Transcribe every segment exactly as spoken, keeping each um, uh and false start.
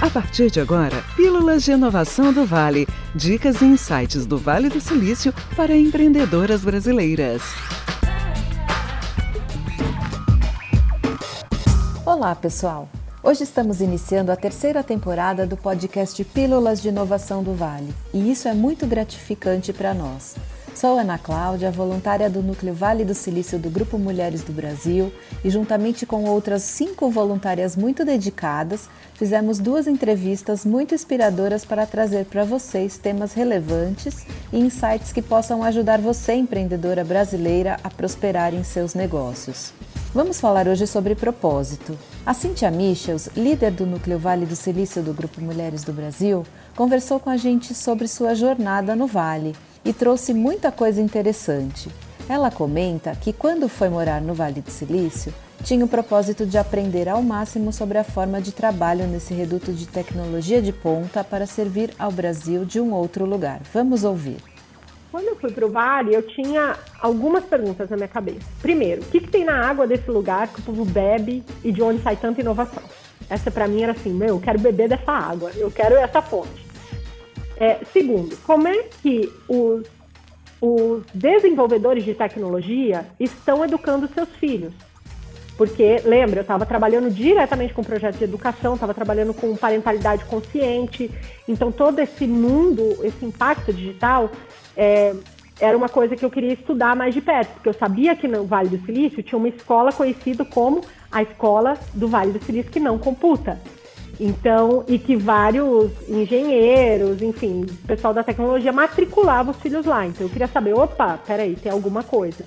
A partir de agora, Pílulas de Inovação do Vale. Dicas e insights do Vale do Silício para empreendedoras brasileiras. Olá, pessoal! Hoje estamos iniciando a terceira temporada do podcast Pílulas de Inovação do Vale. E isso é muito gratificante para nós. Sou Ana Cláudia, voluntária do Núcleo Vale do Silício do Grupo Mulheres do Brasil e juntamente com outras cinco voluntárias muito dedicadas, fizemos duas entrevistas muito inspiradoras para trazer para vocês temas relevantes e insights que possam ajudar você, empreendedora brasileira, a prosperar em seus negócios. Vamos falar hoje sobre propósito. A Cíntia Michels, líder do Núcleo Vale do Silício do Grupo Mulheres do Brasil, conversou com a gente sobre sua jornada no Vale e trouxe muita coisa interessante. Ela comenta que quando foi morar no Vale do Silício, tinha o propósito de aprender ao máximo sobre a forma de trabalho nesse reduto de tecnologia de ponta para servir ao Brasil de um outro lugar. Vamos ouvir. Quando eu fui para o Vale, eu tinha algumas perguntas na minha cabeça. Primeiro, o que, que tem na água desse lugar que o povo bebe e de onde sai tanta inovação? Essa para mim era assim, meu, eu quero beber dessa água, eu quero essa fonte. É, segundo, como é que os, os desenvolvedores de tecnologia estão educando seus filhos? Porque, lembra, eu estava trabalhando diretamente com projetos de educação, estava trabalhando com parentalidade consciente, então todo esse mundo, esse impacto digital, é, era uma coisa que eu queria estudar mais de perto, porque eu sabia que no Vale do Silício tinha uma escola conhecida como a Escola do Vale do Silício que não computa. Então, e que vários engenheiros, enfim, o pessoal da tecnologia matriculava os filhos lá. Então eu queria saber, opa, peraí, tem alguma coisa.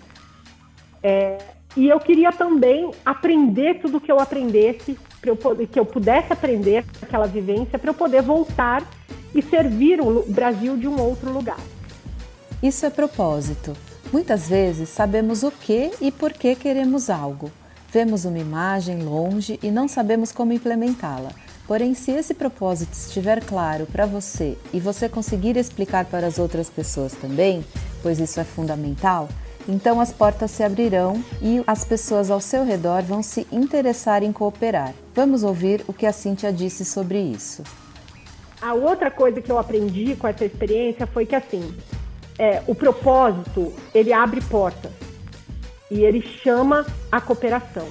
É, e eu queria também aprender tudo que eu aprendesse, pra eu, que eu pudesse aprender aquela vivência, para eu poder voltar e servir o Brasil de um outro lugar. Isso é propósito. Muitas vezes sabemos o que e por que queremos algo. Vemos uma imagem longe e não sabemos como implementá-la. Porém, se esse propósito estiver claro para você e você conseguir explicar para as outras pessoas também, pois isso é fundamental, então as portas se abrirão e as pessoas ao seu redor vão se interessar em cooperar. Vamos ouvir o que a Cíntia disse sobre isso. A outra coisa que eu aprendi com essa experiência foi que, assim, é, o propósito, ele abre portas e ele chama a cooperação.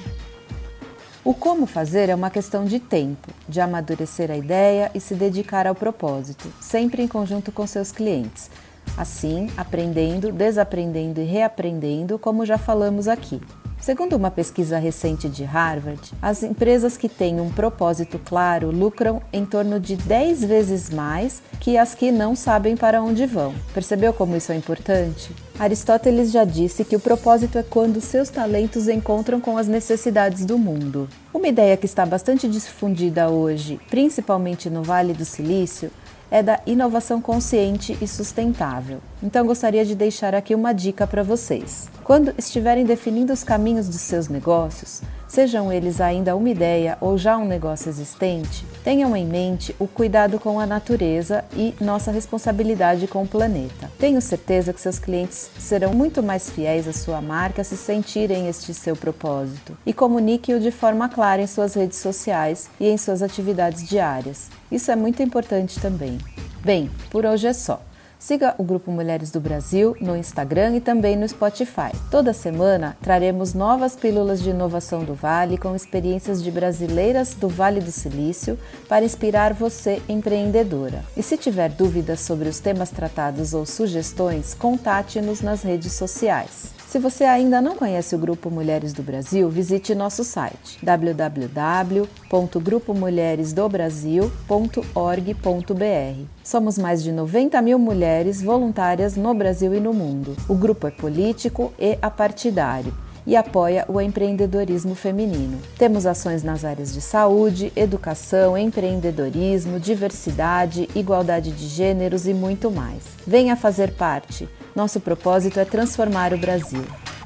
O como fazer é uma questão de tempo, de amadurecer a ideia e se dedicar ao propósito, sempre em conjunto com seus clientes. Assim, aprendendo, desaprendendo e reaprendendo, como já falamos aqui. Segundo uma pesquisa recente de Harvard, as empresas que têm um propósito claro lucram em torno de dez vezes mais que as que não sabem para onde vão. Percebeu como isso é importante? Aristóteles já disse que o propósito é quando seus talentos encontram com as necessidades do mundo. Uma ideia que está bastante difundida hoje, principalmente no Vale do Silício, é da inovação consciente e sustentável. Então gostaria de deixar aqui uma dica para vocês. Quando estiverem definindo os caminhos dos seus negócios, sejam eles ainda uma ideia ou já um negócio existente, tenham em mente o cuidado com a natureza e nossa responsabilidade com o planeta. Tenho certeza que seus clientes serão muito mais fiéis à sua marca se sentirem este seu propósito e comunique-o de forma clara em suas redes sociais e em suas atividades diárias. Isso é muito importante também. Bem, por hoje é só. Siga o Grupo Mulheres do Brasil no Instagram e também no Spotify. Toda semana traremos novas pílulas de inovação do Vale com experiências de brasileiras do Vale do Silício para inspirar você, empreendedora. E se tiver dúvidas sobre os temas tratados ou sugestões, contate-nos nas redes sociais. Se você ainda não conhece o Grupo Mulheres do Brasil, visite nosso site w w w ponto grupo mulheres do brasil ponto org ponto b r. Somos mais de noventa mil mulheres voluntárias no Brasil e no mundo. O grupo é político e apartidário e apoia o empreendedorismo feminino. Temos ações nas áreas de saúde, educação, empreendedorismo, diversidade, igualdade de gêneros e muito mais. Venha fazer parte! Nosso propósito é transformar o Brasil.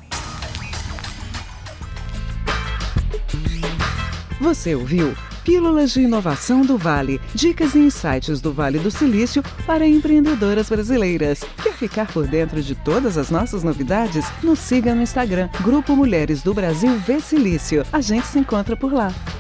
Você ouviu Pílulas de Inovação do Vale, dicas e insights do Vale do Silício para empreendedoras brasileiras. Quer ficar por dentro de todas as nossas novidades? Nos siga no Instagram, Grupo Mulheres do Brasil V Silício. A gente se encontra por lá.